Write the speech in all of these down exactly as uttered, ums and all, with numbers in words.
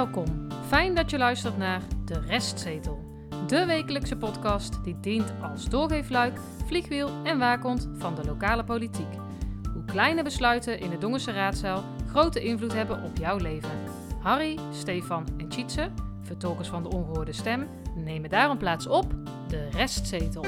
Welkom. Fijn dat je luistert naar De Restzetel. De wekelijkse podcast die dient als doorgeefluik, vliegwiel en waakhond van de lokale politiek. Hoe kleine besluiten in de Dongense raadzaal grote invloed hebben op jouw leven. Harry, Stefan en Tjitse, vertolkers van de ongehoorde stem, nemen daarom plaats op De Restzetel.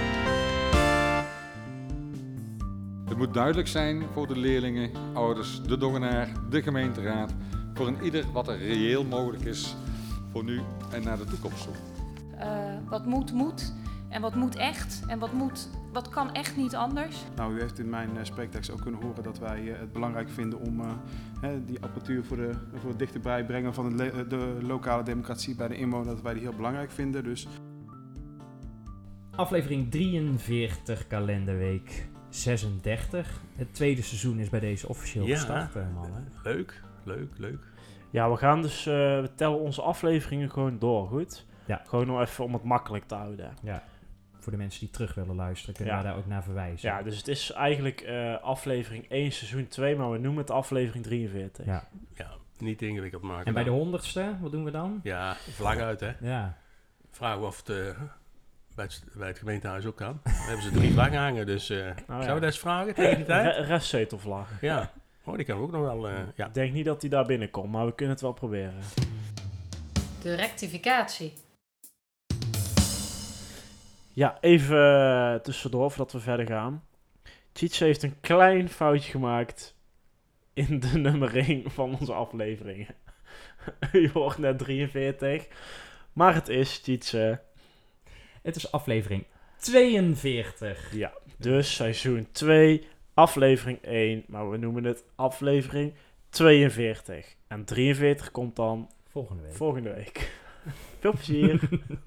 Het moet duidelijk zijn voor de leerlingen, ouders, de Dongenaar, de gemeenteraad, voor een ieder wat er reëel mogelijk is voor nu en naar de toekomst toe. Uh, wat moet, moet. En wat moet echt. En wat, moet, wat kan echt niet anders. Nou, u heeft in mijn uh, spreektekst ook kunnen horen dat wij uh, het belangrijk vinden om uh, hè, die apparatuur voor, de, voor het dichterbij brengen van de, le- de lokale democratie bij de inwoner, dat wij die heel belangrijk vinden. Dus... Aflevering drieënveertig, kalenderweek zesendertig. Het tweede seizoen is bij deze officieel ja, gestart, uh, mannen. Leuk, leuk, leuk. Ja, we gaan dus, uh, we tellen onze afleveringen gewoon door, goed? Ja. Gewoon nog even om het makkelijk te houden. Ja, voor de mensen die terug willen luisteren, kunnen ja. we daar ook naar verwijzen. Ja, dus het is eigenlijk uh, aflevering één, seizoen twee, maar we noemen het aflevering drieënveertig. Ja. Ja, niet ingewikkeld maken. En bij de dan. honderdste, wat doen we dan? Ja, vlag uit, hè. Ja. Vragen we of het uh, bij, het bij het gemeentehuis ook kan. Dan hebben ze drie vlaggen hangen, dus uh, oh, ja. Zouden we dat eens vragen tegen die tijd? Re- restzetelvlag. Ja. Oh, die kan ook nog wel, uh, ja. Ik denk niet dat die daar binnenkomt, maar we kunnen het wel proberen. De rectificatie. Ja, even uh, tussendoor voordat we verder gaan. Tjitse heeft een klein foutje gemaakt in de nummering van onze afleveringen. U hoort net drieënveertig, maar het is, Tjitse... Het is aflevering tweeënveertig. Ja, dus seizoen twee, aflevering één, maar we noemen het aflevering tweeënveertig. En drieënveertig komt dan volgende week. Volgende week. Veel plezier.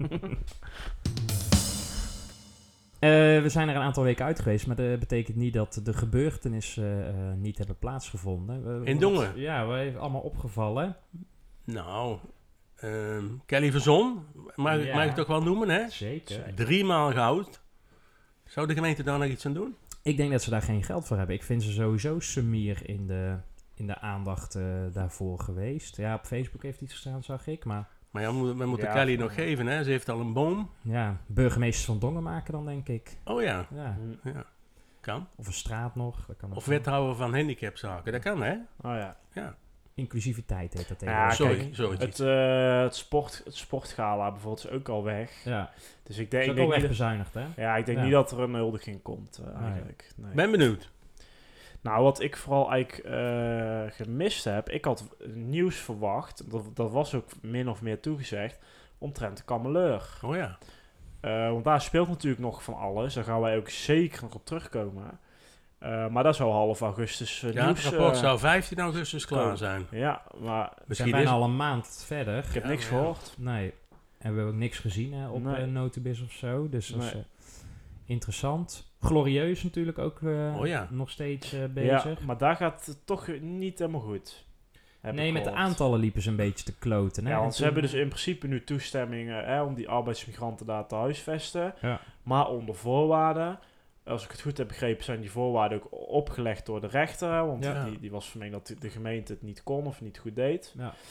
Uh, we zijn er een aantal weken uit geweest, maar dat betekent niet dat de gebeurtenissen uh, uh, niet hebben plaatsgevonden. Uh, In Dongen? Ja, wat is allemaal opgevallen? Nou, uh, Kelly Verzon, mag, ja. mag ik toch wel noemen, hè? Zeker. Driemaal goud. Zou de gemeente daar nog iets aan doen? Ik denk dat ze daar geen geld voor hebben. Ik vind ze sowieso sumier in de, in de aandacht uh, daarvoor geweest. Ja, op Facebook heeft iets gestaan, zag ik, maar... Maar ja, we, we moeten ja, Kelly nog geven, hè? Ze heeft al een boom. Ja, burgemeesters van Dongen maken dan, denk ik. Oh ja. Ja. ja. Kan. Of een straat nog. Dat kan of wethouder van handicapzaken. Dat kan, hè? Oh ja. Ja. Inclusiviteit heet dat ja, tegenwoordig. Sorry, sorry. Het, uh, het, sport, het sportgala bijvoorbeeld is ook al weg. Ja. Dus ik denk, is ook ik denk al echt niet bezuinigd, hè? Ja, ik denk ja. niet dat er een huldiging komt, uh, eigenlijk. Nee. Ben benieuwd. Nou, wat ik vooral eigenlijk uh, gemist heb, ik had nieuws verwacht, dat, dat was ook min of meer toegezegd, omtrent de Kameleur. Oh ja. Uh, want daar speelt natuurlijk nog van alles, daar gaan wij ook zeker nog op terugkomen. Uh, maar dat zou half augustus uh, ja, nieuws... het rapport uh, zou vijftien augustus klaar zijn. Ja, maar... We zijn bijna is... al een maand verder. Ik heb ja, niks ja. gehoord. Nee. En we hebben ook niks gezien hè, op nee. uh, Notibis of zo, dus dat is uh, interessant. Glorieus natuurlijk ook uh, oh, ja. nog steeds uh, bezig. Ja, maar daar gaat het toch niet helemaal goed. Nee, met de aantallen liepen ze een beetje te kloten. Hè? Ja, want en ze toen... hebben dus in principe nu toestemming uh, hè, om die arbeidsmigranten daar te huisvesten. Ja. Maar onder voorwaarden. Als ik het goed heb begrepen, zijn die voorwaarden ook opgelegd door de rechter. Want ja. die, die was van mening dat de gemeente het niet kon of niet goed deed.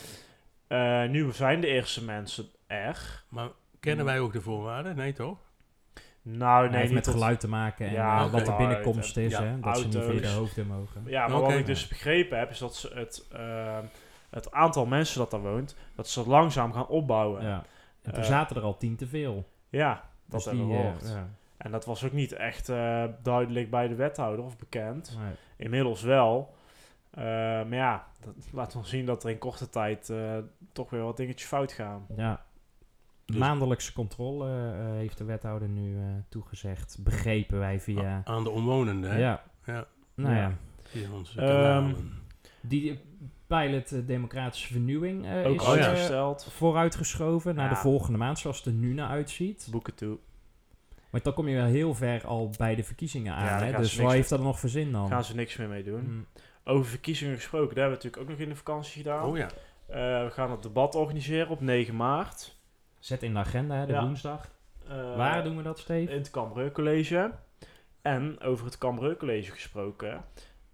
Ja. Uh, nu zijn de eerste mensen er. Maar kennen wij ook de voorwaarden? Nee, toch? Nou, nee, heeft niet met tot... geluid te maken en ja, uh, okay. wat de binnenkomst is. Ja, Hè? Dat auto's. ze niet via de hoofden mogen. Ja, maar okay. wat ik dus begrepen heb, is dat ze het, uh, het aantal mensen dat daar woont, dat ze langzaam gaan opbouwen. Ja. En toen uh, zaten er al tien te veel. Ja, dat dus hebben we die, gehoord. Uh, ja. En dat was ook niet echt uh, duidelijk bij de wethouder of bekend. Nee. Inmiddels wel. Uh, maar ja, dat laat wel zien dat er in korte tijd uh, toch weer wat dingetjes fout gaan. Ja. Dus maandelijkse controle uh, heeft de wethouder nu uh, toegezegd. Begrepen wij via... Aan de omwonenden, hè? Ja. ja. Nou ja. Via onze kanalen. Um, die pilot uh, democratische vernieuwing uh, ook is uitgesteld. Uh, vooruitgeschoven naar ja. de volgende maand, zoals het er nu naar uitziet. Boeken toe. Maar dan kom je wel heel ver al bij de verkiezingen aan. Ja, hè? Dus wat heeft dat nog voor zin dan? Gaan ze niks meer mee doen. Hmm. Over verkiezingen gesproken, dat hebben we natuurlijk ook nog in de vakantie gedaan. Oh ja. Uh, we gaan het debat organiseren op negen maart. Zet in de agenda, hè, de ja. woensdag. Uh, Waar doen we dat, Steve? In het Cambreux College. En over het Cambreux College gesproken.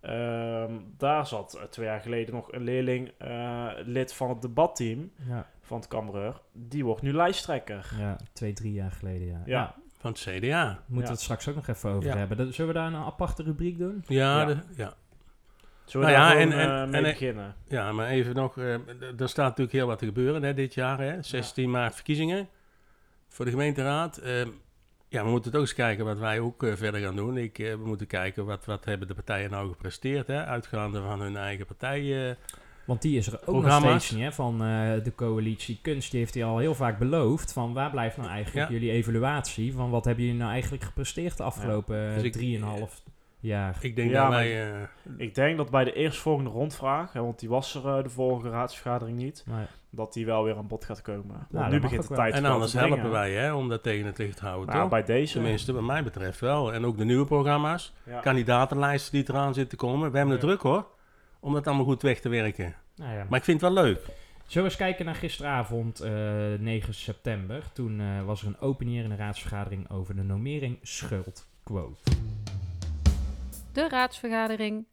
Ehm, daar zat uh, twee jaar geleden nog een leerling, uh, lid van het debatteam Ja. van het Cambreur. Die wordt nu lijsttrekker. Ja, twee, drie jaar geleden, ja. Ja. ja. Van het C D A. Moeten Ja. we het straks ook nog even over Ja. hebben. Dat, zullen we daar een aparte rubriek doen? Ja, Ja. de, ja. Zullen we Nou daar ja, gewoon en- uh, en- mee en- beginnen? ja, maar even nog. Uh, d- er staat natuurlijk heel wat te gebeuren hè, dit jaar. Hè? zestien maart verkiezingen voor de gemeenteraad. Uh, ja, we moeten het ook eens kijken wat wij ook uh, verder gaan doen. Ik, uh, we moeten kijken wat, wat hebben de partijen nou gepresteerd. Hè? Uitgaande van hun eigen partij. Uh, Want die is er ook nog Programma's. steeds niet, hè, van uh, de coalitie Kunst. Die heeft hij al heel vaak beloofd van waar blijft nou eigenlijk Ja. jullie evaluatie? Van wat hebben jullie nou eigenlijk gepresteerd de afgelopen Dus uh, ik- drieënhalf jaar? ik denk Ja, dat maar wij... Uh, Ik denk dat bij de eerstvolgende rondvraag, hè, want die was er uh, de vorige raadsvergadering niet, Maar, dat die wel weer aan bod gaat komen. Want dat nu mag begint ook de wel. tijd en wel anders te dringen. helpen wij hè, om dat tegen het licht te houden. Nou, toch? bij deze. Tenminste, wat mij betreft wel. En ook de nieuwe programma's. Ja. Kandidatenlijsten die eraan zitten te komen. We hebben het Ja. druk hoor. Om dat allemaal goed weg te werken. nou ja. Maar ik vind het wel leuk. Zullen we eens kijken naar gisteravond, uh, negen september. Toen uh, was er een openierende raadsvergadering over de normering schuldquote. De raadsvergadering.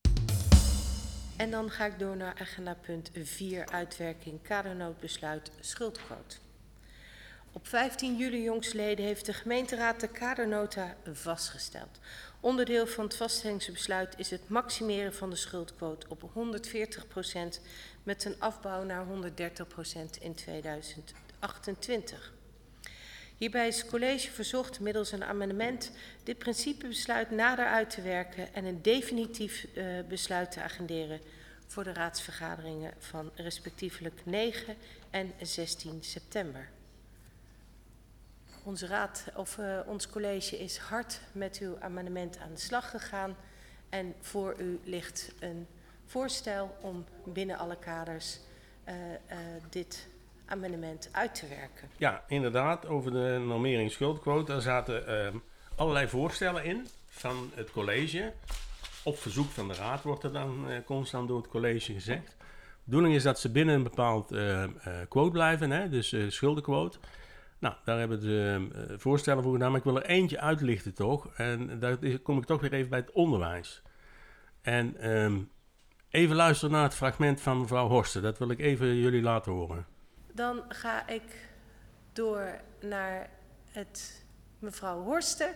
En dan ga ik door naar agenda punt vier, uitwerking kadernoodbesluit schuldquote. Op vijftien juli jongstleden heeft de gemeenteraad de kadernota vastgesteld. Onderdeel van het vaststellingsbesluit is het maximeren van de schuldquote op honderdveertig procent met een afbouw naar honderddertig procent in tweeduizend achtentwintig. Hierbij is het college verzocht middels een amendement dit principebesluit nader uit te werken en een definitief uh, besluit te agenderen voor de raadsvergaderingen van respectievelijk negen en zestien september. Onze raad of uh, ons college is hard met uw amendement aan de slag gegaan en voor u ligt een voorstel om binnen alle kaders uh, uh, dit amendement uit te werken. Ja, inderdaad, over de normering schuldquote. Daar zaten uh, allerlei voorstellen in van het college. Op verzoek van de raad wordt er dan uh, constant door het college gezegd. De bedoeling is dat ze binnen een bepaald uh, uh, quote blijven, hè, dus uh, schuldenquote. Nou, daar hebben ze uh, voorstellen voor gedaan, maar ik wil er eentje uitlichten toch. En daar is, kom ik toch weer even bij het onderwijs. En um, even luisteren naar het fragment van mevrouw Horsten. Dat wil ik even jullie laten horen. Dan ga ik door naar het mevrouw Horsten.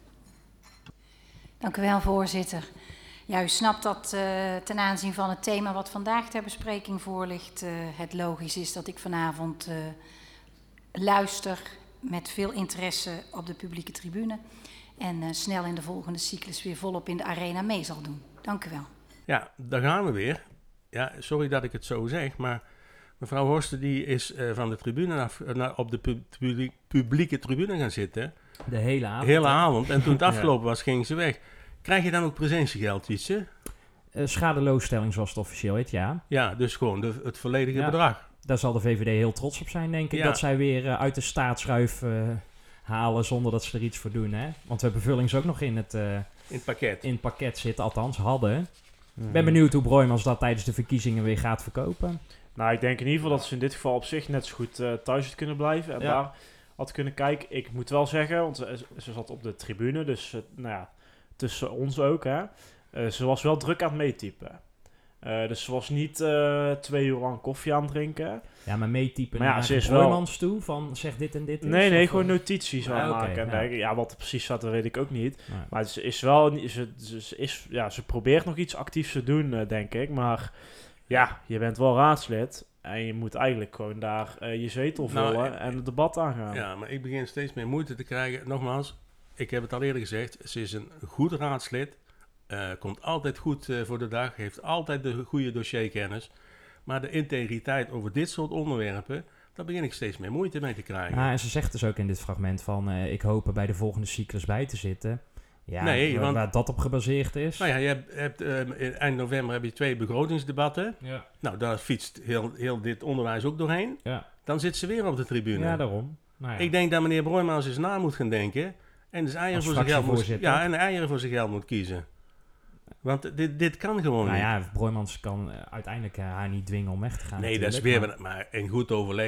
Dank u wel, voorzitter. Ja, u snapt dat uh, ten aanzien van het thema wat vandaag ter bespreking voor ligt, uh, het logisch is dat ik vanavond uh, luister met veel interesse op de publieke tribune en uh, snel in de volgende cyclus weer volop in de arena mee zal doen. Dank u wel. Ja, daar gaan we weer. Ja, sorry dat ik het zo zeg, maar mevrouw Horsten die is uh, van de tribune af, uh, naar, op de pu- publiek, publieke tribune gaan zitten. De hele avond. De hele avond. En toen het afgelopen was, ging ze weg. Krijg je dan ook presentiegeld, Wietse? Uh, schadeloosstelling zoals het officieel heet, ja. Ja, dus gewoon de, het volledige Ja. bedrag. Daar zal de V V D heel trots op zijn, denk ik. Ja. Dat zij weer uh, uit de staatsruif uh, halen zonder dat ze er iets voor doen. Hè? Want we hebben vullings ook nog in het, uh, In het pakket. in het pakket zitten, althans hadden. Ik Hmm. ben benieuwd hoe Broijmans dat tijdens de verkiezingen weer gaat verkopen. Nou, ik denk in ieder geval dat ze in dit geval op zich net zo goed uh, thuis had kunnen blijven en Ja. daar had kunnen kijken. Ik moet wel zeggen, want ze, ze zat op de tribune, dus uh, nou ja, tussen ons ook, hè. Uh, ze was wel druk aan het meetypen. Uh, dus ze was niet uh, twee uur lang koffie aan het drinken. Ja, maar meetypen Maar ja, naar ze is Broijmans toe van zeg dit en dit is, Nee, nee, of, gewoon uh, notities aan Ah, oké, maken. En ja. denken, ja, wat er precies staat, dat weet ik ook niet. Ja. Maar ze is wel, niet- ze, ze, ze is, ja, ze probeert nog iets actiefs te doen, uh, denk ik. Maar ja, je bent wel raadslid. En je moet eigenlijk gewoon daar uh, je zetel Nou, vullen ik- en het debat aangaan. Ja, maar ik begin steeds meer moeite te krijgen. Nogmaals, ik heb het al eerder gezegd. Ze is een goed raadslid. Uh, komt altijd goed uh, voor de dag. Heeft altijd de goede dossierkennis. Maar de integriteit over dit soort onderwerpen, daar begin ik steeds meer moeite mee te krijgen. Ja, en ze zegt dus ook in dit fragment van uh, ik hoop er bij de volgende cyclus bij te zitten. Ja, Nee, waar, want- waar dat op gebaseerd is. Nou ja, je hebt, hebt, uh, in eind november heb je twee begrotingsdebatten. Ja. Nou, daar fietst heel, heel dit onderwijs ook doorheen. Ja. Dan zit ze weer op de tribune. Ja, daarom. Nou ja. Ik denk dat meneer Broijmans eens na moet gaan denken. En dus eieren Als voor zijn geld moet, fractievoorzitter. ja, en eieren voor zijn geld moet kiezen. Want dit, dit kan gewoon Nou niet. ja, Broijmans kan uh, uiteindelijk uh, haar niet dwingen om weg te gaan. nee, dat is natuurlijk, weer... Maar in goed overleg...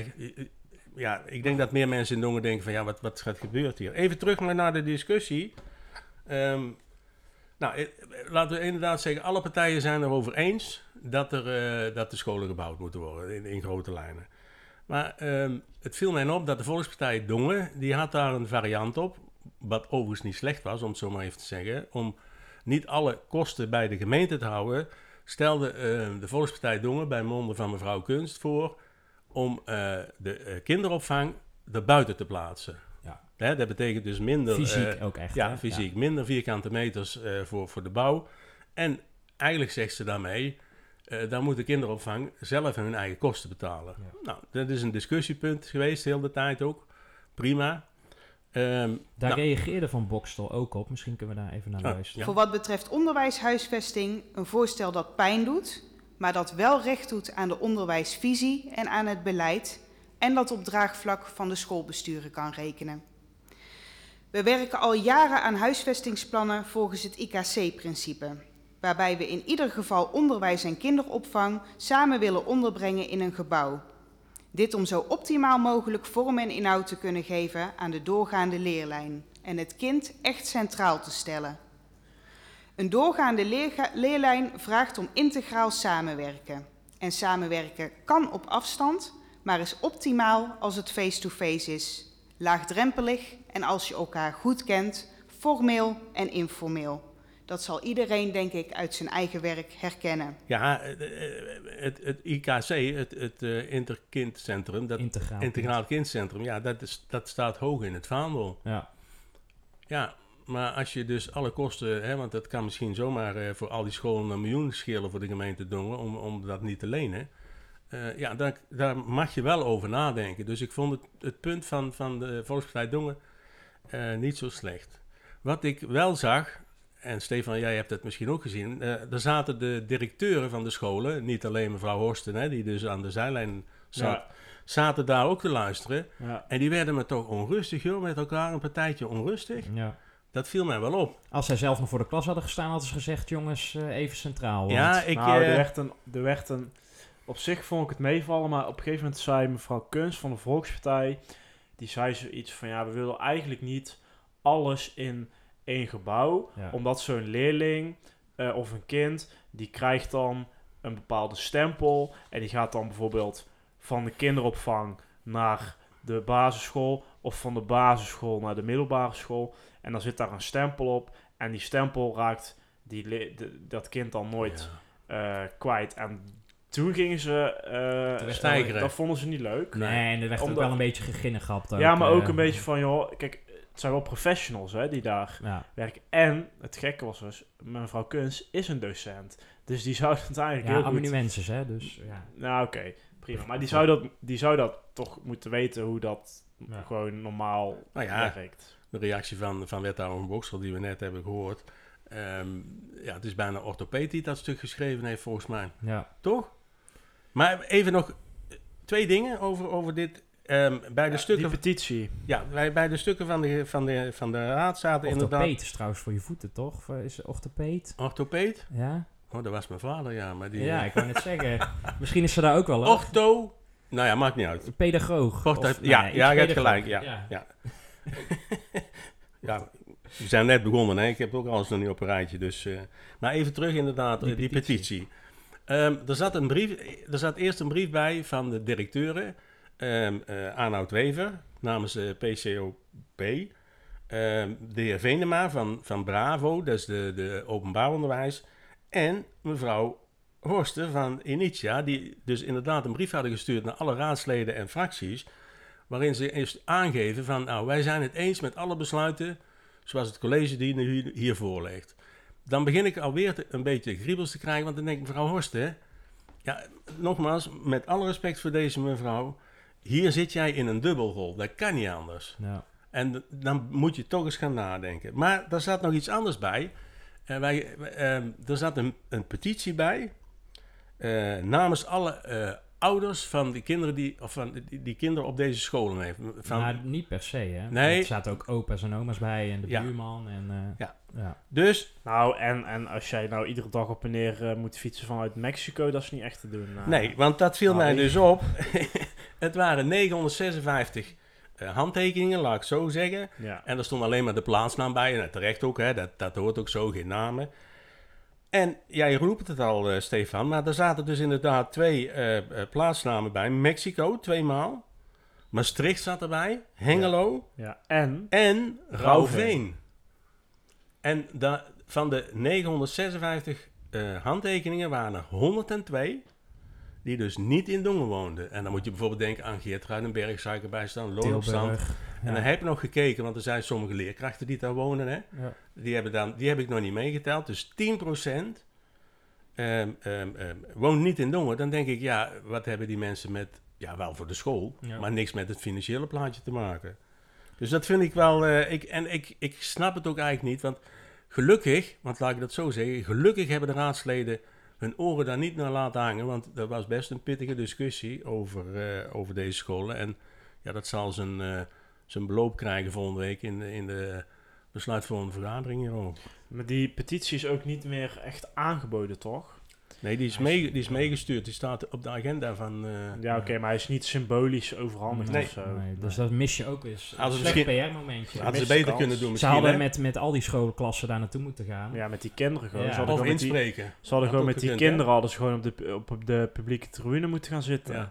Ja, ik denk dat meer mensen in Dongen denken van... Ja, wat, wat gaat gebeurt hier? Even terug maar naar de discussie. Um, Nou, eh, laten we inderdaad zeggen, alle partijen zijn erover eens dat, er, uh, dat de scholen gebouwd moeten worden in, in grote lijnen. Maar um, het viel mij op dat de Volkspartij Dongen, die had daar een variant op, wat overigens niet slecht was, om het zo maar even te zeggen, om niet alle kosten bij de gemeente te houden, stelde uh, de Volkspartij Dongen bij monden van mevrouw Kunst voor om uh, de uh, kinderopvang erbuiten te plaatsen. Ja. Hè, dat betekent dus minder... Fysiek uh, ook echt. Ja, hè? fysiek. Ja. Minder vierkante meters uh, voor, voor de bouw. En eigenlijk zegt ze daarmee, uh, dan moet de kinderopvang zelf hun eigen kosten betalen. Ja. Nou, dat is een discussiepunt geweest, de hele tijd ook. Prima. Um, Daar nou, reageerde Van Bokstel ook op. Misschien kunnen we daar even naar Ah, luisteren. ja. Voor wat betreft onderwijshuisvesting een voorstel dat pijn doet, maar dat wel recht doet aan de onderwijsvisie en aan het beleid en dat op draagvlak van de schoolbesturen kan rekenen. We werken al jaren aan huisvestingsplannen volgens het I K C-principe, waarbij we in ieder geval onderwijs en kinderopvang samen willen onderbrengen in een gebouw. Dit om zo optimaal mogelijk vorm en inhoud te kunnen geven aan de doorgaande leerlijn en het kind echt centraal te stellen. Een doorgaande leerga- leerlijn vraagt om integraal samenwerken. En samenwerken kan op afstand, maar is optimaal als het face-to-face is. Laagdrempelig en als je elkaar goed kent, formeel en informeel. Dat zal iedereen, denk ik, uit zijn eigen werk herkennen. Ja, het, het I K C, het, het uh, Interkindcentrum, dat Integraal, Integraal Kindcentrum, ja, dat, is, dat staat hoog in het vaandel. Ja. Ja, maar als je dus alle kosten, hè, want dat kan misschien zomaar uh, voor al die scholen een miljoen schelen voor de gemeente Dongen, om, om dat niet te lenen. Uh, ja, daar, daar mag je wel over nadenken. Dus ik vond het, het punt van, van de Volkspartij Dongen uh, niet zo slecht. Wat ik wel zag, en Stefan, jij hebt het misschien ook gezien, uh, er zaten de directeuren van de scholen, niet alleen mevrouw Horsten, hè, die dus aan de zijlijn zat, Ja. zaten daar ook te luisteren. Ja. En die werden me toch onrustig, joh, met elkaar een partijtje onrustig. Ja. Dat viel mij wel op. Als zij zelf nog voor de klas hadden gestaan, hadden ze gezegd, jongens, uh, even centraal. Want... Ja, ik... nou, uh, er werd een, er werd een... Op zich vond ik het meevallen, maar op een gegeven moment zei mevrouw Kunst van de Volkspartij, die zei zoiets van, ja, we willen eigenlijk niet alles in één gebouw, Ja. omdat zo'n leerling uh, of een kind, die krijgt dan een bepaalde stempel en die gaat dan bijvoorbeeld van de kinderopvang naar de basisschool of van de basisschool naar de middelbare school en dan zit daar een stempel op en die stempel raakt die le- de, dat kind dan nooit ja. uh, kwijt. En toen gingen ze uh, Stijgeren. Dat vonden ze niet leuk. Nee, en er werd ook Omdat- wel een beetje geginnegapt. Ja, maar ook uh, een beetje van, joh, kijk, het zijn wel professionals hè, die daar Ja. werken. En het gekke was dus, mevrouw Kunst is een docent. Dus die zou het eigenlijk Ja, heel goed... amanuenses, hè, dus ja. Nou, oké, okay, prima. Maar die zou, dat, die zou dat toch moeten weten hoe dat Ja. gewoon normaal Nou ja. werkt. De reactie van, van wethouder Van Bokstel, die we net hebben gehoord. Um, ja, het is bijna orthopeed die dat stuk geschreven heeft, volgens mij. Ja. Toch? Maar even nog twee dingen over, over dit. Um, bij de Ja, stukken... die petitie. Ja, bij, bij de stukken van de, van de, van de raad zaten inderdaad... Orthopeed is trouwens voor je voeten, toch? Of, uh, is het orthopeed? Orthopeed? Ja? Oh, dat was mijn vader, ja. Maar die, Ja, ik wou net zeggen. Misschien is ze daar ook wel, hè? Ortho... Nou ja, maakt niet uit. Pedagoog. Kort, Of- ja, nee, ja, je hebt pedagoog. gelijk. Ja, Ja. ja. ja, we zijn net begonnen, hè. Ik heb ook alles nog niet op een rijtje. Dus, uh, maar even terug inderdaad, Die die, petitie. petitie. Um, er, zat een brief, er zat eerst een brief bij van de directeuren. Um, uh, Arnoud Wever, namens uh, P C O P. Um, de heer Venema van, van Bravo, dat is de, de openbaar onderwijs. En mevrouw Horsten van Initia, die dus inderdaad een brief hadden gestuurd naar alle raadsleden en fracties, waarin ze eerst aangeven van, nou, wij zijn het eens met alle besluiten, zoals het college die nu hier voorlegt. Dan begin ik alweer te, een beetje kriebels te krijgen, want dan denk ik, mevrouw Horsten, ja, nogmaals, met alle respect voor deze mevrouw, hier zit jij in een dubbelrol, dat kan niet anders. Ja. En dan moet je toch eens gaan nadenken. Maar daar zat nog iets anders bij. Uh, wij, uh, er zat een, een petitie bij, uh, namens alle uh, ouders van die kinderen die, of van die, die kinderen op deze scholen heeft. Van, Maar niet per se, hè? Nee. Er zaten ook opa's en oma's bij en de Ja. buurman. En, uh, Ja. ja. Dus, Nou, en, en als jij nou iedere dag op en neer uh, moet fietsen vanuit Mexico, dat is niet echt te doen. Uh, nee, want dat viel nou, mij nee. dus op. Het waren negenhonderdzesenvijftig uh, handtekeningen, laat ik het zo zeggen. Ja. En er stond alleen maar de plaatsnaam bij. En terecht ook, hè, dat, dat hoort ook zo, geen namen. En jij roept het al, uh, Stefan, maar er zaten dus inderdaad twee uh, uh, plaatsnamen bij. Mexico, tweemaal. Maastricht zat erbij. Hengelo. Ja. Ja. En? En Rauwveen. Rauwveen. En da, van de negenhonderdzesenvijftig uh, handtekeningen waren er honderdtwee die dus niet in Dongen woonden. En dan moet je bijvoorbeeld denken aan Geert Ruidenberg, Suikerbijstand, Loonopstand. Tilburg, ja. En dan heb ik nog gekeken, want er zijn sommige leerkrachten die daar wonen. Hè? Ja. Die, hebben dan, die heb ik nog niet meegeteld. Dus tien procent um, um, um, woont niet in Dongen. Dan denk ik, ja, wat hebben die mensen met... Ja, wel voor de school, Ja. maar niks met het financiële plaatje te maken. Dus dat vind ik wel... Uh, ik, en ik, ik snap het ook eigenlijk niet, want gelukkig, want laat ik dat zo zeggen, gelukkig hebben de raadsleden hun oren daar niet naar laten hangen, want er was best een pittige discussie over, uh, over deze scholen. En ja, dat zal zijn, uh, zijn beloop krijgen volgende week in, de- in de besluitvormende vergadering hierover. Maar die petitie is ook niet meer echt aangeboden, toch? Nee, die is, mee, die is meegestuurd. Die staat op de agenda van... Uh, Ja, oké, maar hij is niet symbolisch overhandigd Nee. of zo. Nee, dus dat mis je ook eens. Een Hadden ze slecht misschien- P R-momentje. Hadden ze miste beter kans. kunnen doen Ze misschien, hadden hè? met, met al die schoolklassen daar naartoe moeten gaan. Ja, met die kinderen gewoon. Ja. Ze hadden Of gewoon met die, inspreken. ze hadden Had gewoon ook met die gekund, hè? kinderen hadden ze gewoon op de, op, op de publieke tribune moeten gaan zitten. Ja.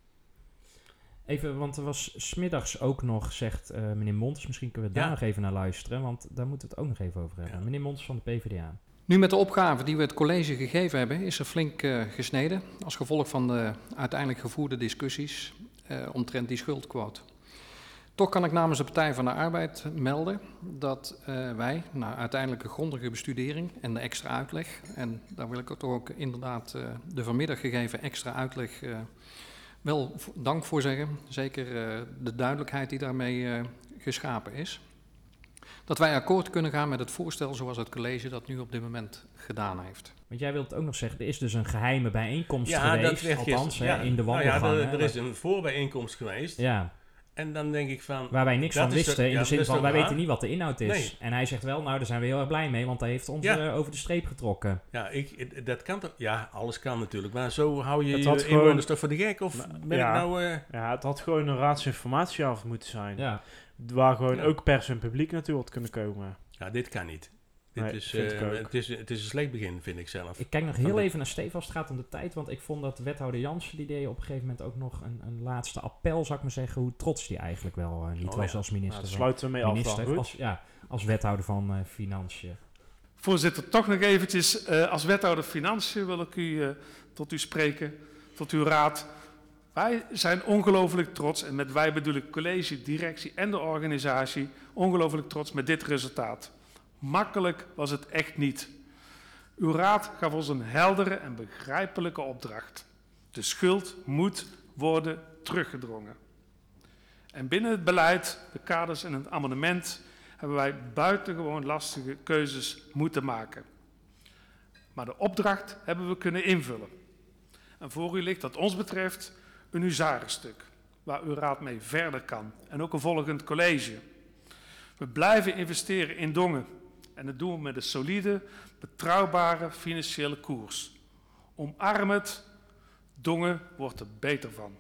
Even, want er was 's middags ook nog, zegt uh, meneer Montes, misschien kunnen we daar Ja. nog even naar luisteren, want daar moeten we het ook nog even over hebben. Ja. Meneer Montes van de P v d A. Nu met de opgave die we het college gegeven hebben, is er flink uh, gesneden als gevolg van de uiteindelijk gevoerde discussies uh, omtrent die schuldquote. Toch kan ik namens de Partij van de Arbeid melden dat uh, wij, na uiteindelijke grondige bestudering en de extra uitleg, en daar wil ik er toch ook inderdaad uh, de vanmiddag gegeven extra uitleg uh, wel v- dank voor zeggen, zeker uh, de duidelijkheid die daarmee uh, geschapen is. Dat wij akkoord kunnen gaan met het voorstel zoals het college dat nu op dit moment gedaan heeft. Want jij wilt ook nog zeggen, er is dus een geheime bijeenkomst Ja, dat geweest, werd althans gisteren- hè, ja. in de Nou ja, wandelgang. er, hè, er is een voorbijeenkomst geweest. ja, En dan denk ik van... waar wij niks dat van is wisten, de- in ja, de zin dat is van, toch wij waar? weten niet wat de inhoud is. Nee. En hij zegt wel, nou, daar zijn we heel erg blij mee, want hij heeft ons Ja. uh, over de streep getrokken. Ja, ik, dat kan toch... Ja, alles kan natuurlijk. Maar zo hou je Het je had inwoners gewoon- toch voor de gek? Of Nou, ben ja. ik nou... Uh, Ja, het had gewoon een raadsinformatieavond moeten zijn. Ja. Waar gewoon Ja. ook pers en publiek naartoe had kunnen komen. ja, dit kan niet. Dit Nee, is, vind uh, ik ook. het, is, het is een slecht begin, vind ik zelf. Ik kijk nog Van heel de- even naar Stefan als het gaat om de tijd, want ik vond dat wethouder Jansen, die deed op een gegeven moment ook nog een, een laatste appel, zou ik maar zeggen, hoe trots die eigenlijk wel uh, niet Oh, was ja. als Nou, minister. daar van, sluiten we mee af minister dan, goed? als, ja, als wethouder van uh, Financiën. Voorzitter, toch nog eventjes, uh, als wethouder Financiën wil ik u uh, tot u spreken, tot uw raad. Wij zijn ongelooflijk trots, en met wij bedoel ik college, directie en de organisatie, ongelooflijk trots met dit resultaat. Makkelijk was het echt niet. Uw raad gaf ons een heldere en begrijpelijke opdracht. De schuld moet worden teruggedrongen. En binnen het beleid, de kaders en het amendement hebben wij buitengewoon lastige keuzes moeten maken. Maar de opdracht hebben we kunnen invullen. En voor u ligt wat ons betreft een huzarenstuk, waar uw raad mee verder kan. En ook een volgend college. We blijven investeren in Dongen. En dat doen we met een solide, betrouwbare financiële koers. Omarm het, Dongen wordt er beter van.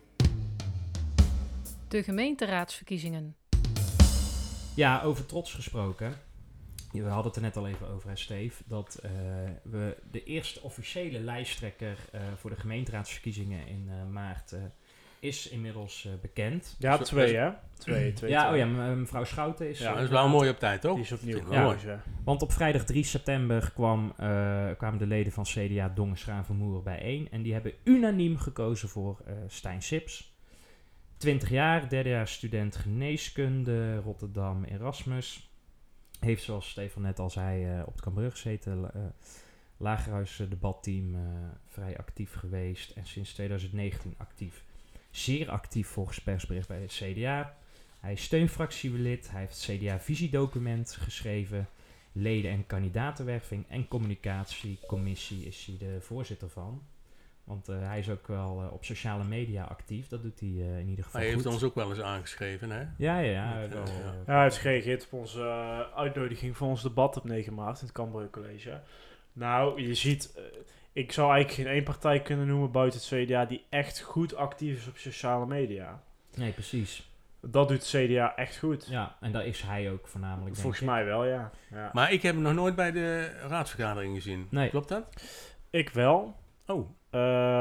De gemeenteraadsverkiezingen. Ja, over trots gesproken. We hadden het er net al even over, hè, Steve, dat uh, we de eerste officiële lijsttrekker uh, voor de gemeenteraadsverkiezingen in uh, maart uh, is inmiddels uh, bekend. Ja, Zo- twee hè? Twee, twee. Ja, twee. oh ja, me- mevrouw Schouten is... Ja, uh, dat is wel mooi op tijd, toch? Die is opnieuw Vind ik wel gekozen. Want op vrijdag drie september kwam, uh, kwamen de leden van C D A Dongen Schravenmoer bijeen. En die hebben unaniem gekozen voor uh, Stijn Sips. twintig jaar, derdejaars student geneeskunde, Rotterdam Erasmus. Heeft, zoals Stefan net al zei, uh, op het Cambuur gezeten. Uh, Lagerhuis uh, debatteam, uh, vrij actief geweest. En sinds twintig negentien actief. Zeer actief volgens persbericht bij het C D A. Hij is steunfractielid. Hij heeft het C D A-visiedocument geschreven. Leden- en kandidatenwerving en communicatiecommissie is hij de voorzitter van. Want uh, hij is ook wel uh, op sociale media actief. Dat doet hij uh, in ieder geval Hij heeft goed. ons ook wel eens aangeschreven, hè? Ja, ja, ja. Met, wel, uh, uh, Ja, hij heeft gereageerd op onze uh, uitnodiging voor ons debat op negen maart in het Cambuur College. Nou, je ziet, uh, ik zou eigenlijk geen één partij kunnen noemen buiten het C D A die echt goed actief is op sociale media. Nee, precies. Dat doet C D A echt goed. Ja, en dat is hij ook voornamelijk, denk Volgens ik. mij wel, ja. ja. Maar ik heb hem nog nooit bij de raadsvergadering gezien. Nee. Klopt dat? Ik wel. Oh. Uh,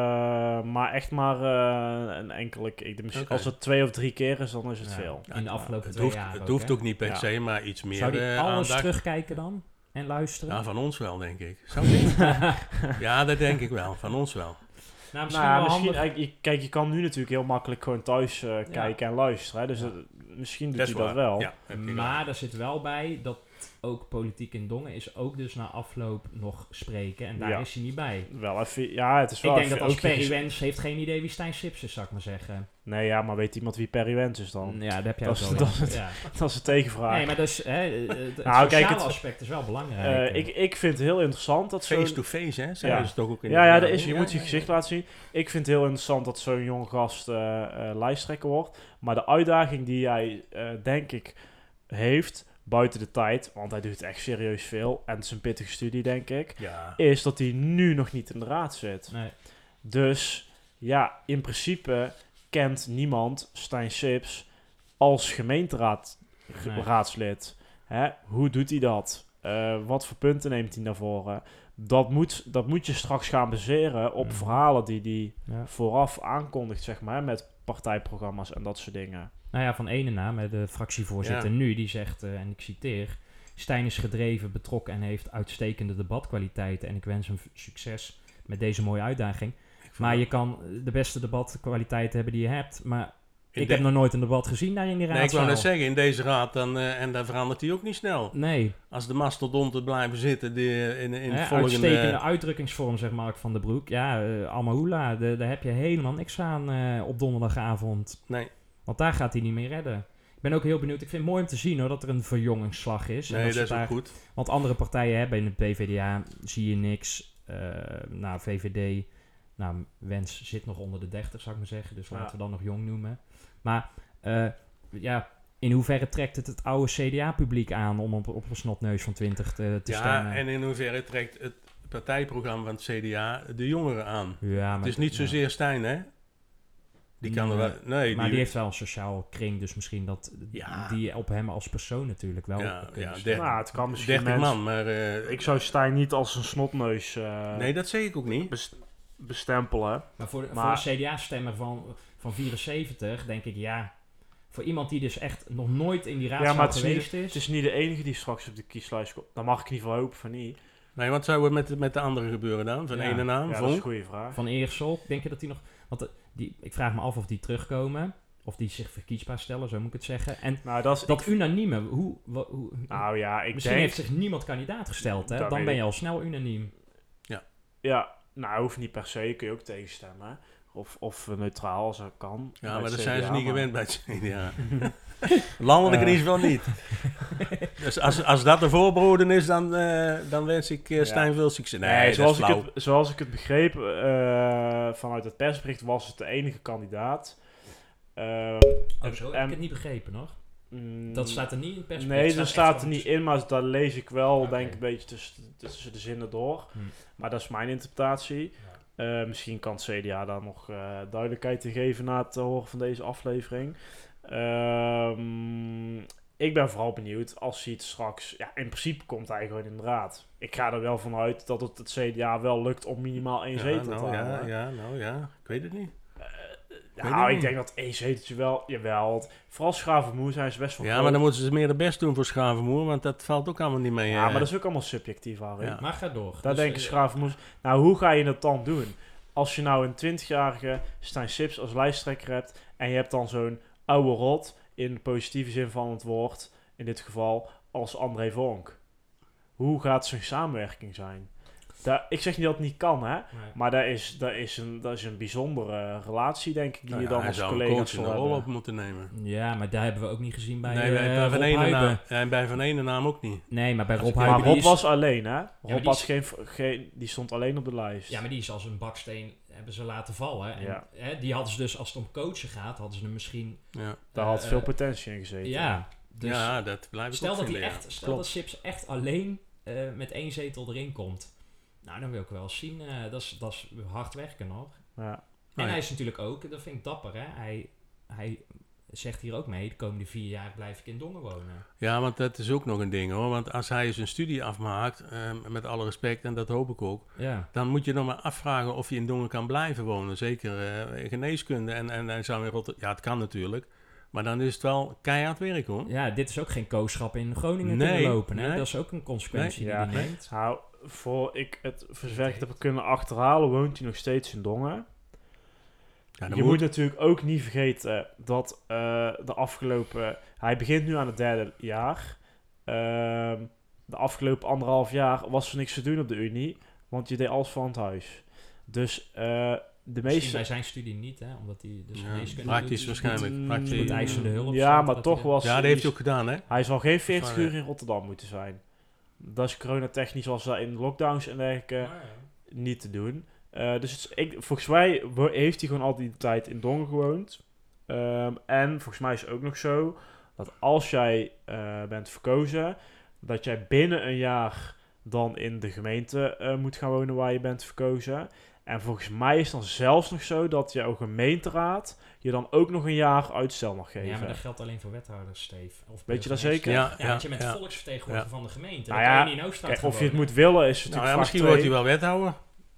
maar echt maar uh, een enkele keer. Okay. Als het twee of drie keer is, dan is het ja, veel. In de afgelopen het twee hoeft, jaar Het ook, hoeft hè? ook niet per Ja. se, maar iets meer Zou die uh, alles aandacht. terugkijken dan? En luisteren? Ja, van ons wel, denk ik. Zou die? Ja, dat denk ik wel. Van ons wel. Nou, misschien nou, wel misschien, handig. je, kijk, je kan nu natuurlijk heel makkelijk gewoon thuis uh, kijken en luisteren. Hè? Dus Ja. uh, misschien doet Dat hij is dat waar. wel. Ja, heb je Maar gelijk. er zit wel bij dat ook politiek in Dongen is ook dus na afloop nog spreken. En daar Ja. is hij niet bij. Wel even, ja, het is Ik wel denk even dat als ook je Perry ges- Wens heeft geen idee wie Stijn Sips is, zou ik maar zeggen. Nee, ja, maar weet iemand wie Perry Wens is dan? Ja, dat heb jij Dat ook is- wel. dat is het- ja. Dat is de tegenvraag. Nee, maar dus, hè, het het Nou, kijk, sociale het- aspect is wel belangrijk. Uh, ik, ik vind het heel interessant dat zo'n... Face-to-face, hè? Zijn Ja. ze toch ook in Ja, de ja, dat is, je vergadering? moet je Ja, gezicht ja. laten zien. Ik vind het heel interessant dat zo'n jonge gast uh, uh, lijsttrekker wordt. Maar de uitdaging die hij, uh, denk ik, heeft, buiten de tijd, want hij doet echt serieus veel, en het is een pittige studie, denk ik, Ja. is dat hij nu nog niet in de raad zit. Nee. Dus ja, in principe kent niemand Stijn Sips als gemeenteraadslid. Hè? Hoe doet hij dat? Uh, wat voor punten neemt hij naar voren? Dat moet, dat moet je straks gaan baseren op Mm. verhalen die hij Ja. vooraf aankondigt, zeg maar, met partijprogramma's en dat soort dingen. Nou ja, van ene naam, hè, de fractievoorzitter Ja. nu, die zegt, uh, en ik citeer... Stijn is gedreven, betrokken en heeft uitstekende debatkwaliteiten. En ik wens hem succes met deze mooie uitdaging. Maar je kan de beste debatkwaliteiten hebben die je hebt. Maar In ik de- heb nog nooit een debat gezien daar in die Nee, ik raadzaal. wou net zeggen, in deze raad, dan, uh, en daar verandert hij ook niet snel. Nee. Als de mastodonten blijven zitten die, in, in Hè, het volgende... uitstekende uitdrukkingsvorm, zegt Mark van den Broek. Ja, uh, Almahula, de- daar heb je helemaal niks aan uh, op donderdagavond. Nee. Want daar gaat hij niet meer redden. Ik ben ook heel benieuwd. Ik vind het mooi om te zien hoor, dat er een verjongingsslag is. En Nee, ze dat is ook daar- goed. Want andere partijen hebben in het P V D A zie je niks. Uh, nou, V V D, nou, Wens zit nog onder de dertig, zou ik maar zeggen. Dus Ja. laten we dan nog jong noemen. Maar uh, ja, in hoeverre trekt het het oude C D A-publiek aan om op, op een snotneus van twintig te, te ja, stemmen? en in hoeverre trekt het partijprogramma van het C D A de jongeren aan? Ja, maar Het is niet ja. zozeer Stijn, hè? Die kan er wel... Nee, maar die, heeft wel een sociaal kring, dus misschien dat Ja. die op hem als persoon natuurlijk wel... Ja, kunnen ja, stemmen. Nou, het kan misschien dertig mensen- man, maar... uh, Ik zou Stijn niet als een snotneus uh, nee, dat zeg ik ook niet. best- bestempelen. Maar voor, de- Maar- voor een C D A-stemmer van, van vierenzeventig denk ik, ja... Voor iemand die dus echt nog nooit in die raadzaal Ja, maar het is, geweest niet, is... het is niet de enige die straks op de kieslijst komt. Dan mag ik in ieder geval hopen van niet. Nee, wat zou er met, met de anderen gebeuren dan? Van Ja. ene naam, Ja, dat is Vonk? een goede vraag. Van Eersel, denk je dat die nog... Want de- die, ik vraag me af of die terugkomen. Of die zich verkiesbaar stellen, zo moet ik het zeggen. En Nou, dat is... dat ik- unanieme, hoe... wa- hoe nou ja, ik misschien denk... heeft zich niemand kandidaat gesteld, hè? Dat Dan weet ben je ik. al snel unaniem. Ja, nou, hoeft niet per se. Kun je ook tegenstemmen. Of, of neutraal als dat kan. Ja, Bij maar het dat zijn C D ze A, niet maar- gewend bij het C D A. Landelijk in Eh. ieder geval niet. Dus als, als dat de voorboden is, dan, uh, dan wens ik uh, Stijn Ja. veel succes. Nee, Nee, dat zoals, is ik flauw. het, zoals ik het begreep uh, vanuit het persbericht was het de enige kandidaat. Um, Oh, zo heb en- ik het niet begrepen, nog. mm, Dat staat er niet in het persbericht. Nee, Het dat staat staat echt er wel niet in, maar daar lees ik wel, Oké. denk ik, een beetje tussen, tussen de zinnen door. Hm. Maar dat is mijn interpretatie. Uh, misschien kan het C D A daar nog uh, duidelijkheid in geven na het horen van deze aflevering. Um, ik ben vooral benieuwd als hij het straks... Ja, in principe komt hij gewoon in de raad. Ik ga er wel vanuit dat het het C D A wel lukt om minimaal één Ja, zetel nou, te halen. ja, ja, nou ja, ik weet het niet. Nou, Weet ik ik niet. denk dat één zeteltje wel... Jawel, want vooral Schravenmoer zijn ze best wel Ja, groot. maar dan moeten ze meer de best doen voor Schavenmoer, want dat valt ook allemaal niet mee. Ja, uh, maar dat is ook allemaal subjectief, Harry. Ja. Maar ga door. Daar Dus, denk ik eh, Schravenmoer... Nou, hoe ga je het dan doen? Als je nou een twintigjarige Stijn Sips als lijsttrekker hebt... en je hebt dan zo'n oude rot, in de positieve zin van het woord... in dit geval, als André Vonk. Hoe gaat zo'n samenwerking zijn? Daar, ik zeg niet dat het niet kan, hè? Nee. Maar dat is, dat, is een, dat is een bijzondere relatie, denk ik... die nou je ja, dan hij als zou een collega's coach in zal de rol op hebben. moeten nemen. Ja, maar daar hebben we ook niet gezien bij, nee, eh, bij, bij, Rob van ene Huiben. naam, en bij Van Ene naam ook niet. Nee, maar bij Als Rob ik- Huiben... Maar die Rob is- was alleen, hè? Rob die had is- geen, geen... Die stond alleen op de lijst. Ja, maar die is als een baksteen hebben ze laten vallen. En, Ja. hè, die hadden ze dus, als het om coachen gaat, hadden ze hem misschien... Ja, Daar had eh, veel potentie in gezeten. Ja, dus ja dat blijf ik stel ook dat hij vinden, ja. echt, stel Klopt. dat Sips echt alleen uh, met één zetel erin komt. Nou, dan wil ik wel eens zien. Uh, dat is dat is hard werken, hoor. Ja. En ja. hij is natuurlijk ook, dat vind ik dapper, hè. Hij, hij zegt hier ook mee, de komende vier jaar blijf ik in Dongen wonen. Ja, want dat is ook nog een ding hoor. Want als hij zijn studie afmaakt, uh, met alle respect, en dat hoop ik ook, ja. dan moet je nog maar afvragen of je in Dongen kan blijven wonen. Zeker uh, geneeskunde en, en, en zou in Rotterdam. Ja, het kan natuurlijk. Maar dan is het wel keihard werk hoor. Ja, dit is ook geen kooschap in Groningen nee, kunnen lopen. Hè? Nee. Dat is ook een consequentie nee, die ja, hij neemt. Nou, voor ik het verwerkt heb kunnen achterhalen, woont hij nog steeds in Dongen. Ja, je moet... moet natuurlijk ook niet vergeten dat uh, de afgelopen... Hij begint nu aan het derde jaar. Uh, de afgelopen anderhalf jaar was er niks te doen op de Unie, want je deed alles van het huis. Dus uh, de meeste... bij zijn studie niet, hè? Omdat hij dus ja, praktisch doet, waarschijnlijk. Goed, praktisch. goed eisende hulp. Ja, maar toch was... Ja, dat heeft hij ook gedaan, hè? Hij zal geen veertig uur in Rotterdam moeten zijn. Dat is coronatechnisch, was dat in lockdowns en dergelijke Ah, ja. niet te doen. Uh, dus het is, ik, volgens mij heeft hij gewoon al die tijd in Dongen gewoond. Um, en volgens mij is het ook nog zo dat als jij uh, bent verkozen, dat jij binnen een jaar dan in de gemeente uh, moet gaan wonen waar je bent verkozen. En volgens mij is het dan zelfs nog zo dat jouw gemeenteraad je dan ook nog een jaar uitstel mag geven. Ja, maar dat geldt alleen voor wethouders, Steve. Of weet je dat zeker? Ja, ja, ja, want je bent ja. volksvertegenwoordiger ja. van de gemeente. Nou Dan ja, kan je niet in Oosterhout kijk, of je het wonen. moet willen is natuurlijk nou, ja, misschien twee. wordt hij wel wethouder.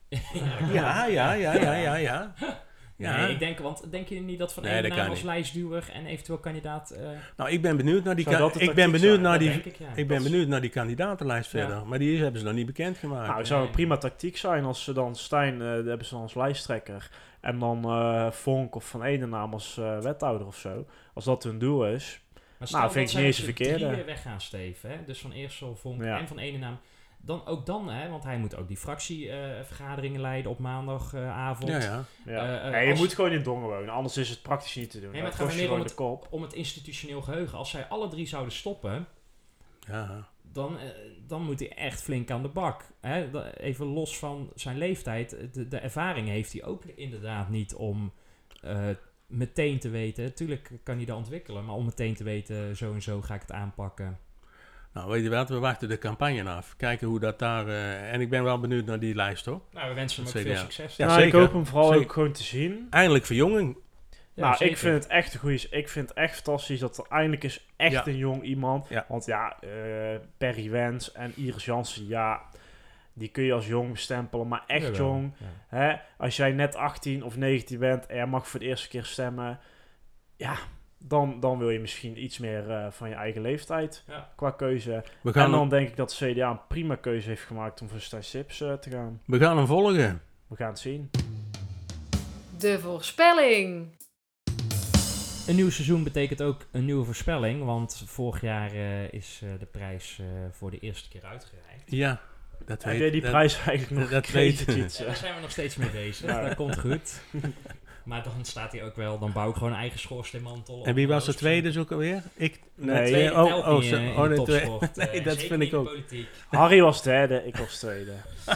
ja, ja, ja, ja, ja, ja, ja. Ja. Nee, ik denk, want denk je niet dat Van nee, Edenaam als niet. lijstduwer en eventueel kandidaat... Uh, nou, ik ben benieuwd naar die, ka- ik ben benieuwd zijn? naar die, ik, ja. ik ben benieuwd naar die kandidatenlijst ja. verder. Maar die is, hebben ze nog niet bekendgemaakt. Nou, het zou een prima tactiek zijn als ze dan Stijn, uh, hebben ze dan als lijsttrekker. En dan uh, Vonk of Van Edenaam als uh, wethouder of zo. Als dat hun doel is. Maar nou, vind ik niet eens een verkeerde. Drie weer weggaan, Steve. Hè? Dus van Eersel, Vonk ja. en Van Edenaam. Dan ook dan, hè, want hij moet ook die fractievergaderingen uh, leiden op maandagavond. Uh, ja, ja. ja. Uh, uh, nee, je als... moet gewoon in Dongen wonen, anders is het praktisch niet te doen. Nee, maar het gaat meer om het, om het institutioneel geheugen. Als zij alle drie zouden stoppen, ja. dan, uh, dan moet hij echt flink aan de bak. Hè? Even los van zijn leeftijd, de, de ervaring heeft hij ook inderdaad niet om... Uh, meteen te weten, tuurlijk kan hij dat ontwikkelen, maar om meteen te weten, zo en zo ga ik het aanpakken. Nou, weet je wat, we wachten de campagne af. Kijken hoe dat daar... Uh, en ik ben wel benieuwd naar die lijst, hoor. Nou, we wensen hem ook veel succes. Ja, nou, zeker. Ik hoop hem vooral zeker. ook gewoon te zien. Eindelijk verjonging. Ja, nou, zeker. ik vind het echt een goeie... Ik vind het echt fantastisch dat er eindelijk is echt ja. een jong iemand. Ja. Want ja, uh, Perry Wens en Iris Jansen, ja... Die kun je als jong bestempelen, maar echt Jawel, jong. Ja. Hè? Als jij net achttien of negentien bent en je mag voor de eerste keer stemmen... Ja, dan, dan wil je misschien iets meer uh, van je eigen leeftijd ja. qua keuze. En dan hem... denk ik dat de C D A een prima keuze heeft gemaakt om voor Stijn Sips uh, te gaan. We gaan hem volgen. We gaan het zien. De voorspelling. Een nieuw seizoen betekent ook een nieuwe voorspelling, want vorig jaar uh, is uh, de prijs uh, voor de eerste keer uitgereikt. Ja. Dat Heb weet, jij die dat, prijs eigenlijk nog dat gekregen? Weet, ja, daar zijn we nog steeds mee bezig. Nou. Dat komt goed. Maar dan staat hij ook wel, dan bouw ik gewoon een eigen schoorsteenmantel. En wie was de tweede dus ook alweer? Ik? Nee, nee tweede oh, oh, oh, in, oh, nee, topsport. Nee, uh, dat vind ik ook. Harry was derde, ik was tweede.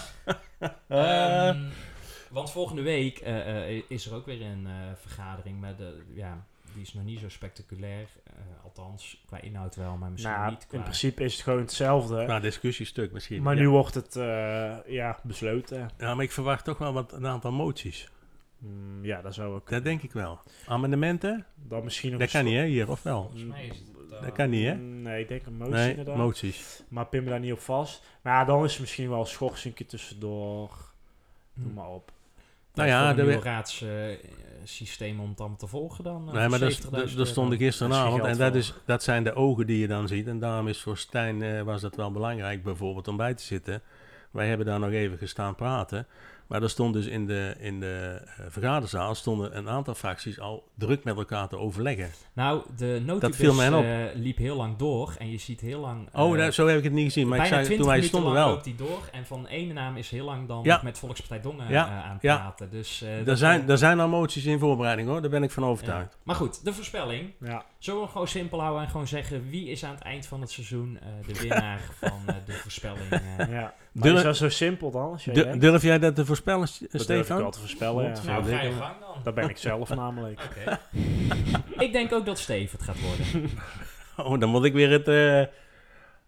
um, want volgende week uh, uh, is er ook weer een uh, vergadering met de, ja... Die is nog niet zo spectaculair, uh, althans qua inhoud wel, maar misschien nou, niet. Qua... In principe is het gewoon hetzelfde. Qua discussiestuk misschien. Maar ja. nu wordt het uh, ja, besloten. Ja, maar ik verwacht toch wel wat, een aantal moties. Mm, ja, dat zou ook. Dat denk ik wel. Amendementen? Dan misschien nog dat kan niet, hè, hier, of wel? Volgens mij is het, uh, dat kan niet, hè? Nee, ik denk een motie nee, inderdaad. moties. Maar pin me daar niet op vast. Maar ja, dan is er misschien wel een schorsingje tussendoor. Hm. Noem maar op. Nou ja, de nieuwe raadssysteem uh, om het dan te volgen dan. Uh, nee, maar daar stond ik gisteravond en dat, is, dat zijn de ogen die je dan ziet. En daarom is voor Stijn uh, was dat wel belangrijk bijvoorbeeld om bij te zitten. Wij hebben daar nog even gestaan praten. Maar er stond dus in de, in de uh, vergaderzaal stonden een aantal fracties al druk met elkaar te overleggen. Nou, de notibus uh, liep heel lang door en je ziet heel lang... Uh, oh, dat, zo heb ik het niet gezien, maar ik zei, toen wij stonden wel. loopt die door en van ene naam is heel lang dan ja. nog met Volkspartij Dongen ja. uh, aan het ja. praten. Dus, uh, er, zijn, wel... er zijn al moties in voorbereiding hoor, daar ben ik van overtuigd. Ja. Maar goed, de voorspelling. Ja. Zullen we hem gewoon simpel houden en gewoon zeggen wie is aan het eind van het seizoen uh, de winnaar van uh, de voorspelling? Uh, ja. Maar is dat zo simpel dan? Als jij durf, durf jij dat te voorspellen, Stefan? Dat durf ik wel te voorspellen, ja. Nou, ga je gang dan. Dat ben ik zelf namelijk. Oké. Ik denk ook dat Steve het gaat worden. Oh, dan moet ik weer het, uh,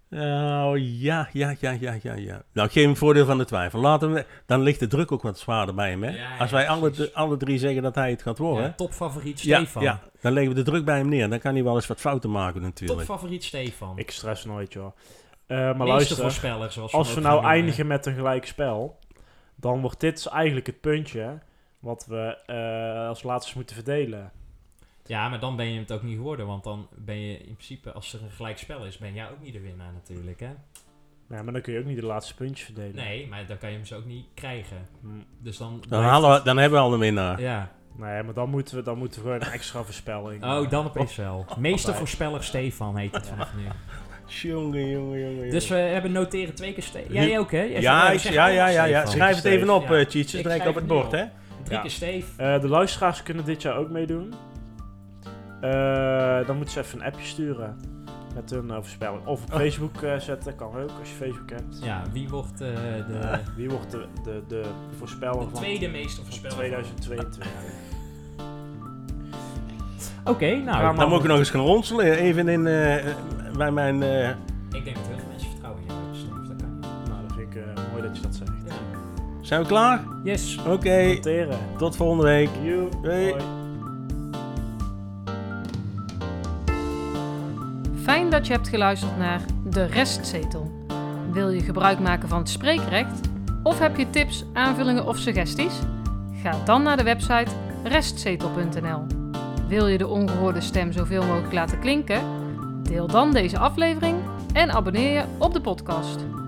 Nou, ja, ja, ja, ja, ja, ja. Nou, ik geef hem voordeel van de twijfel. Laten we, dan ligt de druk ook wat zwaarder bij hem, hè? Ja, ja, Als wij alle, precies. alle drie zeggen dat hij het gaat worden, Ja, topfavoriet ja, Stefan. ja, dan leggen we de druk bij hem neer. Dan kan hij wel eens wat fouten maken natuurlijk. Topfavoriet Stefan. Ik stress nooit, joh. Uh, maar Meeste luister, voorspeller, zoals als we we ook nou gaan noemen. eindigen met een gelijk spel, dan wordt dit dus eigenlijk het puntje wat we uh, als laatste moeten verdelen. Ja, maar dan ben je het ook niet geworden, want dan ben je in principe, als er een gelijk spel is, ben jij ook niet de winnaar natuurlijk, hè? Ja, maar dan kun je ook niet de laatste puntjes verdelen. Nee, maar dan kan je hem zo ook niet krijgen. Hm. Dus dan... Dan, blijft halen we, het- dan hebben we al een winnaar. Ja. Nee, maar dan moeten we, dan moeten we gewoon een extra voorspelling. Oh, dan opeens wel. Meester Altijd. voorspeller Stefan heet het vanaf nu. Jongen, jongen, jongen. Dus we hebben noteren twee keer Stefan. Jij ook, hè? Jij Ja, zegt- ik, zeg ja, ook ja, ja, ja. Stefan. Schrijf het even op, Ja. uh, Cheats. Ik Direct schrijf op het nu bord, hè? Drie Ja. keer Steve. Uh, de luisteraars kunnen dit jaar ook meedoen. Uh, dan moeten ze even een appje sturen met hun uh, voorspelling. Of op Oh. Facebook uh, zetten, kan ook als je Facebook hebt. Ja, wie wordt uh, de... Wie wordt de, de, de voorspeller De van tweede meester voorspeller van- tweeduizend tweeëntwintig? Oké, okay, nou... Ja, Dan moet ik nog eens gaan ronselen. Even in, uh, bij mijn... Uh... Ik denk dat heel veel mensen vertrouwen in jou hebben, Steve. Dat kan niet. Nou, dat vind ik uh, mooi dat je dat zegt. Ja. Zijn we klaar? Yes. Oké. Okay. Noteren. Tot volgende week. You. Doei. Hoi. Fijn dat je hebt geluisterd naar De Restzetel. Wil je gebruik maken van het spreekrecht? Of heb je tips, aanvullingen of suggesties? Ga dan naar de website restzetel punt n l. Wil je de ongehoorde stem zoveel mogelijk laten klinken? Deel dan deze aflevering en abonneer je op de podcast.